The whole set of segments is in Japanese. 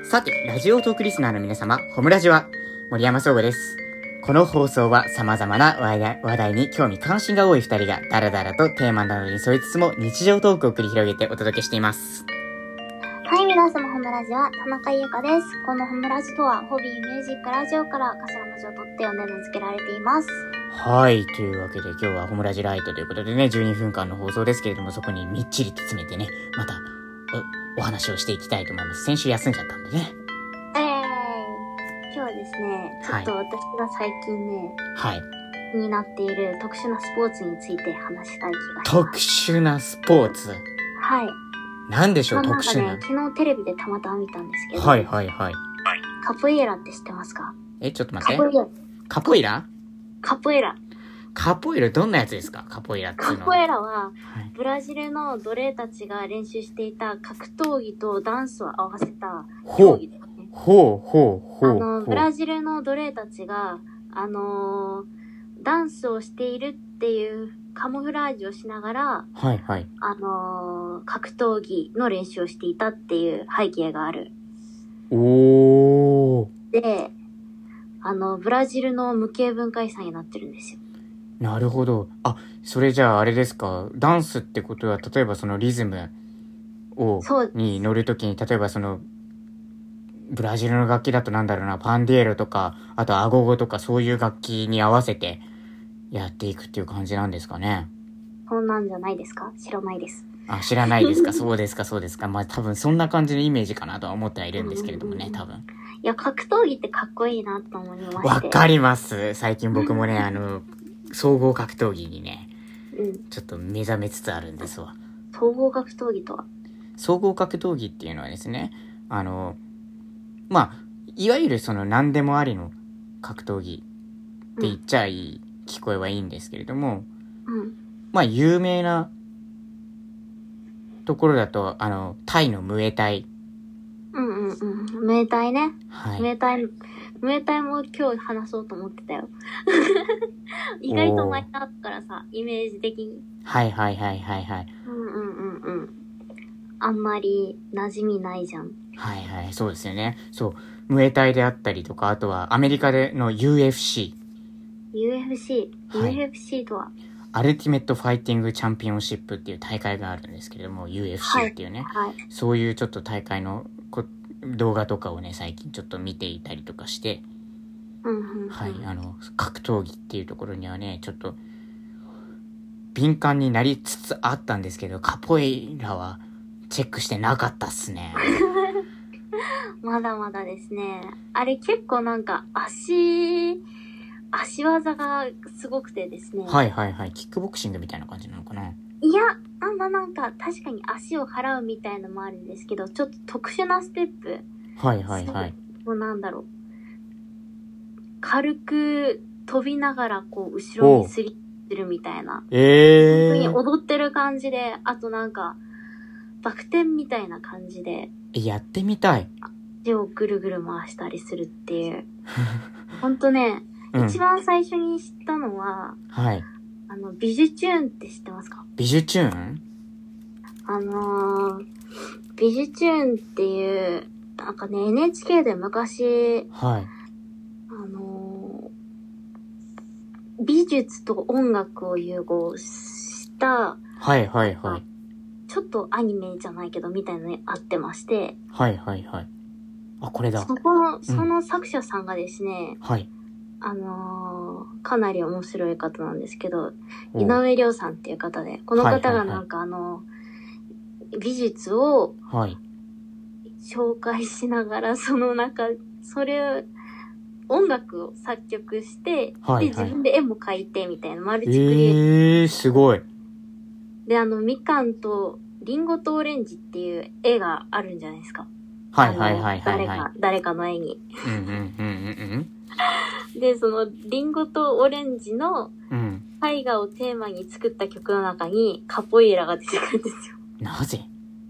さて、ラジオトークリスナーの皆様、ホムラジは森山壮吾です。この放送は様々な話題に興味関心が多い二人がダラダラとテーマなどに沿いつつも日常トークを繰り広げてお届けしています。 はい、皆様、ホムラジは田中優香です。このホムラジとは、ホビーミュージックラジオから頭文字を取って呼んで名付けられています。 はい、というわけで今日はホムラジライトということでね、12分間の放送ですけれども、そこにみっちりと詰めてね、またお話をしていきたいと思います。先週休んじゃったんでね。 今日はですね、ちょっと私が最近ね、気になっている特殊なスポーツについて話したい気がします。 特殊なスポーツ？ はい。 なんでしょう、特殊な。 なんかね、昨日テレビでたまたま見たんですけど。 はい。 カポエイラって知ってますか？ ちょっと待って。カポエラどんなやつですか？カポエラっていうのは。 カポエラは、ブラジルの奴隷たちが練習していた格闘技とダンスを合わせた競技ですね。ブラジルの奴隷たちが、ダンスをしているっていうカモフラージュをしながら、格闘技の練習をしていたっていう背景がある。で、ブラジルの無形文化遺産になってるんですよ。 なるほど。あ、それじゃああれですか。ダンスってことは、例えばそのリズムに乗るときに、例えばその、ブラジルの楽器だとなんだろうな、パンディエロとか、あとアゴゴとかそういう楽器に合わせてやっていくっていう感じなんですかね。 そうなんじゃないですか？知らないです。 あ、知らないですか？そうですか。まあ多分そんな感じのイメージかなとは思ってはいるんですけれどもね、多分。 いや、格闘技ってかっこいいなと思いまして。 わかります。最近僕もね、総合格闘技にね、ちょっと目覚めつつあるんですわ。 総合格闘技とは？ 総合格闘技っていうのはですね、まあ、いわゆるその何でもありの格闘技って言っちゃ聞こえはいいんですけれども、まあ有名なところだと、タイのムエタイ。 ムエタイね。 はい。 ムエタイも今日話そうと思ってたよ。意外と前だからさ、イメージ的に。 はい。 あんまり馴染みないじゃん。 はい、そうですよね。そう。ムエタイであったりとか、あとはアメリカでの UFC。UFC とは？ アルティメットファイティングチャンピオンシップっていう大会があるんですけれども、UFC っていうね。そういうちょっと大会の動画とかをね、最近ちょっと見ていたりとかして、格闘技っていうところにはね、ちょっと敏感になりつつあったんですけど、カポエラはチェックしてなかったっすね。 まだまだですね。あれ結構なんか足技がすごくてですね。 はい。キックボクシングみたいな感じなのかな？ いや、なんか確かに足を払うみたいのもあるんですけど、ちょっと特殊なステップ。もうなんだろう。軽く飛びながらこう後ろにすりるみたいな。本当に踊ってる感じで、あとなんかバク転みたいな感じで。 やってみたい。 手をぐるぐる回したりするっていう。ほんとね、一番最初に知ったのは、ビジュチューンって知ってますか？ ビジュチューン？ ビジュチューンっていう、なんかね、NHK で昔、美術と音楽を融合した、ちょっとアニメじゃないけど、みたいなのにあってまして、 あ、これだ。 その作者さんがですね、かなり面白い方なんですけど、井上涼さんっていう方で、この方がなんか美術を紹介しながら、それ音楽を作曲して、で、自分で絵も描いてみたいな、マルチクリエイティブ。 すごい。 で、みかんとリンゴとオレンジっていう絵があるんじゃないですか。誰かの絵に。で、そのリンゴとオレンジの絵画をテーマに作った曲の中にカポエイラが出てくるんですよ。 なぜ？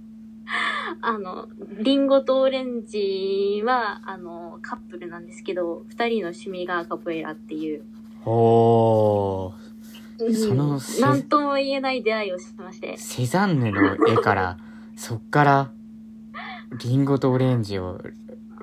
リンゴとオレンジは、カップルなんですけど、二人の趣味がカポエイラっていう。なんとも言えない出会いをしまして。 セザンヌの絵から、そっから、リンゴとオレンジを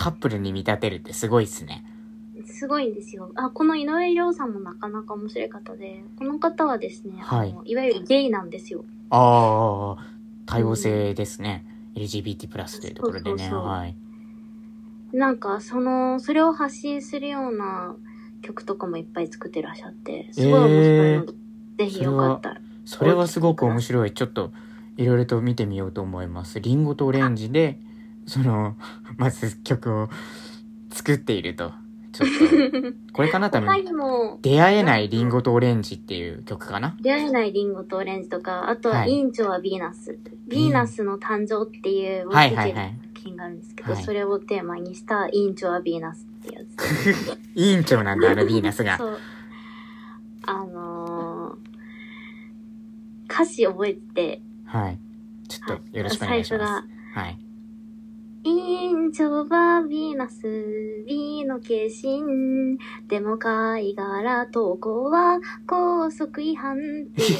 カップルに見立てるってすごいっすね。 すごいんですよ。この井上涼さんもなかなか面白い方で、この方はですね、いわゆるゲイなんですよ。 多様性ですね。LGBT プラスというところでね。はい。 なんか、それを発信するような曲とかもいっぱい作ってらっしゃって、すごい面白いので、ぜひよかったら。 それはすごく面白い。ちょっと、いろいろと見てみようと思います。リンゴとオレンジで、まず曲を作っていると。ちょっと、これかな多分。出会えないリンゴとオレンジっていう曲かな。 出会えないリンゴとオレンジとか、あとは、委員長はヴィーナス。ヴィーナスの誕生っていう、 はい。 があるんですけど、それをテーマにした委員長はヴィーナスってやつ。 委員長なんだ、ヴィーナスが。 そう。歌詞覚えて。 はい。ちょっとよろしくお願いします。最初が、はい。 委員長はヴィーナス、美の化身。でも貝殻投稿は高速違反っていう。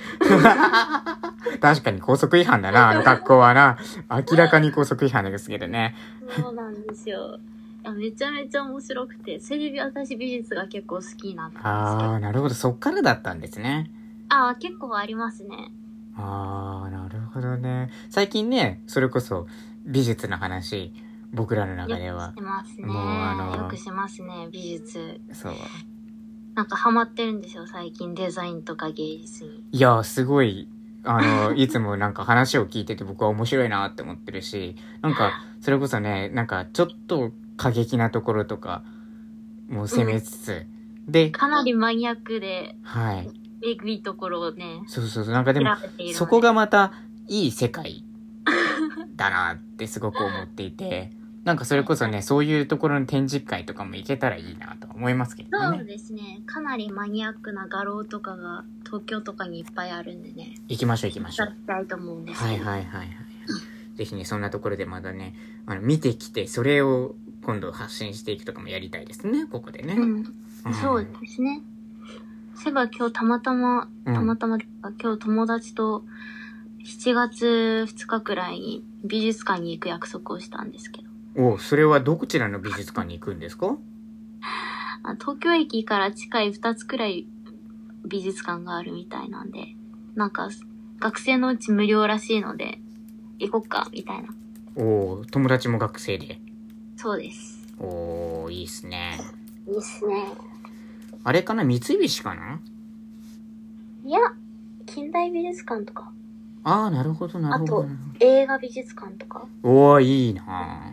確かに高速違反だな、学校はな。明らかに高速違反ですけどね。 そうなんですよ。めちゃめちゃ面白くて、それで私美術が結構好きなんですけど。 なるほど。そっからだったんですね。 結構ありますね。 なるほどね。最近ね、それこそ美術の話、僕らの中では。 よくしてますね。よくしますね、美術。 そう。 なんかハマってるんですよ、最近デザインとか芸術に。 いや、すごい、いつもなんか話を聞いてて僕は面白いなって思ってるし、なんか、それこそね、なんかちょっと過激なところとか、もう攻めつつ、で、 かなりマニアックで、 はい。 えぐいところをね。 そう、なんかでも、そこがまたいい世界だなってすごく思っていて、なんかそれこそね、そういうところの展示会とかも行けたらいいなと思いますけどね。 そうですね。かなりマニアックな画廊とかが東京とかにいっぱいあるんでね。 行きましょう。行きたいと思うんですけど。 はい。ぜひね、そんなところでまだね、見てきて、それを今度発信していくとかもやりたいですね、ここでね。 そうですね。そういえば今日たまたま、今日友達と7月2日くらいに美術館に行く約束をしたんですけど。 それはどちらの美術館に行くんですか？ 東京駅から近い2つくらい美術館があるみたいなんで、なんか学生のうち無料らしいので行こっかみたいな。 友達も学生で。 そうです。 いいっすね。 いいっすね。 あれかな、三菱かな？ いや、近代美術館とか。 なるほど。あと、 映画美術館とか。 いいな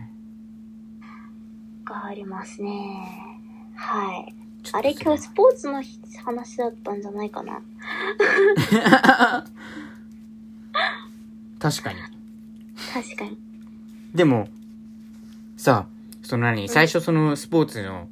がありますね。はい。あれ今日スポーツの話だったんじゃないかな。 確かに。 でも、さ、最初そのスポー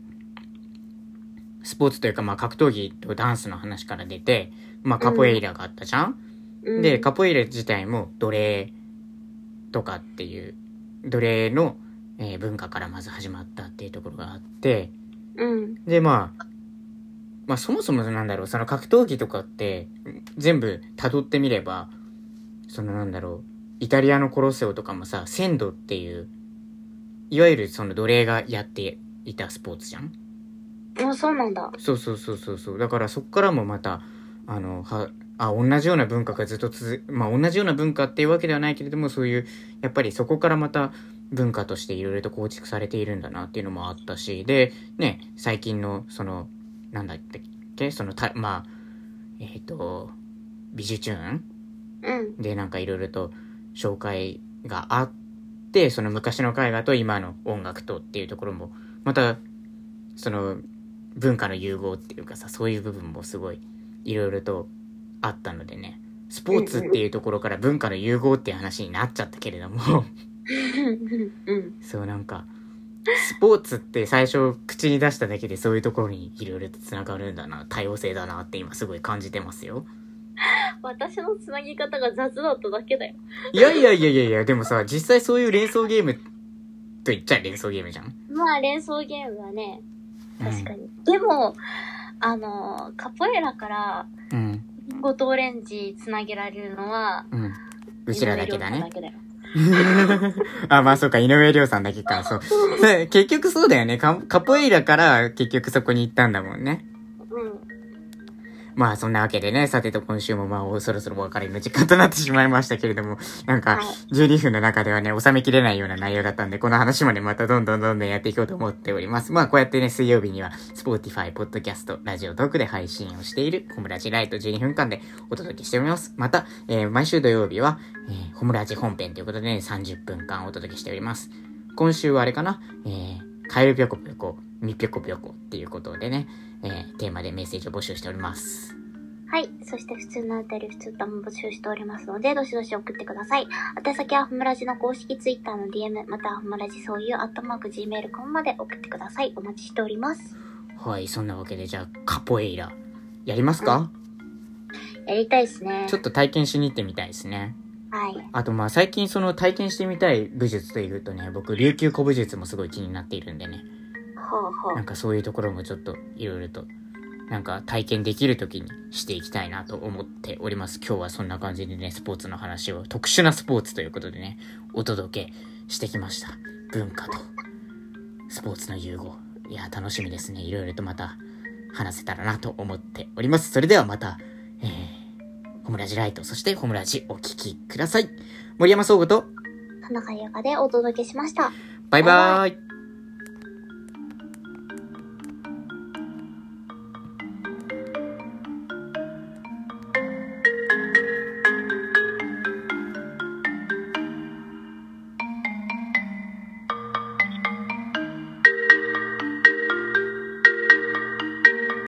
ツというか、格闘技とダンスの話から出て、カポエイラがあったじゃん？で、カポエイラ自体も奴隷とかっていう、奴隷の、文化からまず始まったっていうところがあって、で、そもそもその格闘技とかって、全部辿ってみれば、イタリアのコロッセオとかもさ、剣道っていう、いわゆるその奴隷がやっていたスポーツじゃん？ そうなんだ。 そう。だからそっからもまた、同じような文化がずっと同じような文化っていうわけではないけれども、そういう、やっぱりそこからまた文化としていろいろと構築されているんだなっていうのもあったし、で、ね、最近の、なんだっけ、美術チューン？で、なんかいろいろと紹介があって、その昔の絵画と今の音楽とっていうところも、また、文化の融合っていうかさ、そういう部分もすごいいろいろとあったのでね、スポーツっていうところから文化の融合っていう話になっちゃったけれどもそう、なんかスポーツって最初口に出しただけでそういうところにいろいろとつながるんだな、多様性だなって今すごい感じてますよ。 私のつなぎ方が雑だっただけだよ。 いや、でもさ、実際そういう連想ゲームと言っちゃ連想ゲームじゃん。 連想ゲームはね、確かに。でも、カポエラから、リンゴとオレンジつなげられるのは、 うちらだけだね。 あ、まあそうか、井上涼さんだけか、そう。結局そうだよね。カポエイラから結局そこに行ったんだもんね。まあそんなわけでね、さてと今週もまあそろそろお別れの時間となってしまいましたけれども、なんか12分の中ではね、収めきれないような内容だったんで、この話もね、またどんどんやっていこうと思っております。まあこうやってね、水曜日には Spotify、Podcast、ラジオトークで配信をしているホムラジライト12分間でお届けしております。また、毎週土曜日は、ホムラジ本編ということでね、30分間お届けしております。今週はあれかな、カエルぴょこぴょこ、みぴょこぴょこっていうことでね、テーマでメッセージを募集しております。 はい。そして普通のお便り、普通歌も募集しておりますので、どしどし送ってください。宛先はホムラジの公式ツイッターの DM、またはホムラジそういう@gmail.com まで送ってください。お待ちしております。 はい。そんなわけで、じゃあ、カポエイラ、やりますか？ やりたいですね。 ちょっと体験しに行ってみたいですね。 はい。 あとまあ最近その体験してみたい武術というとね、僕琉球古武術もすごい気になっているんでね。なんかそういうところもちょっといろいろとなんか体験できる時にしていきたいなと思っております。今日はそんな感じでね、スポーツの話を、特殊なスポーツということでね、お届けしてきました。文化とスポーツの融合。いや、楽しみですね。いろいろとまた話せたらなと思っております。それではまた、ホムラジライト、そしてホムラジお聞きください。森山総吾と田中優香でお届けしました。 バイバーイ。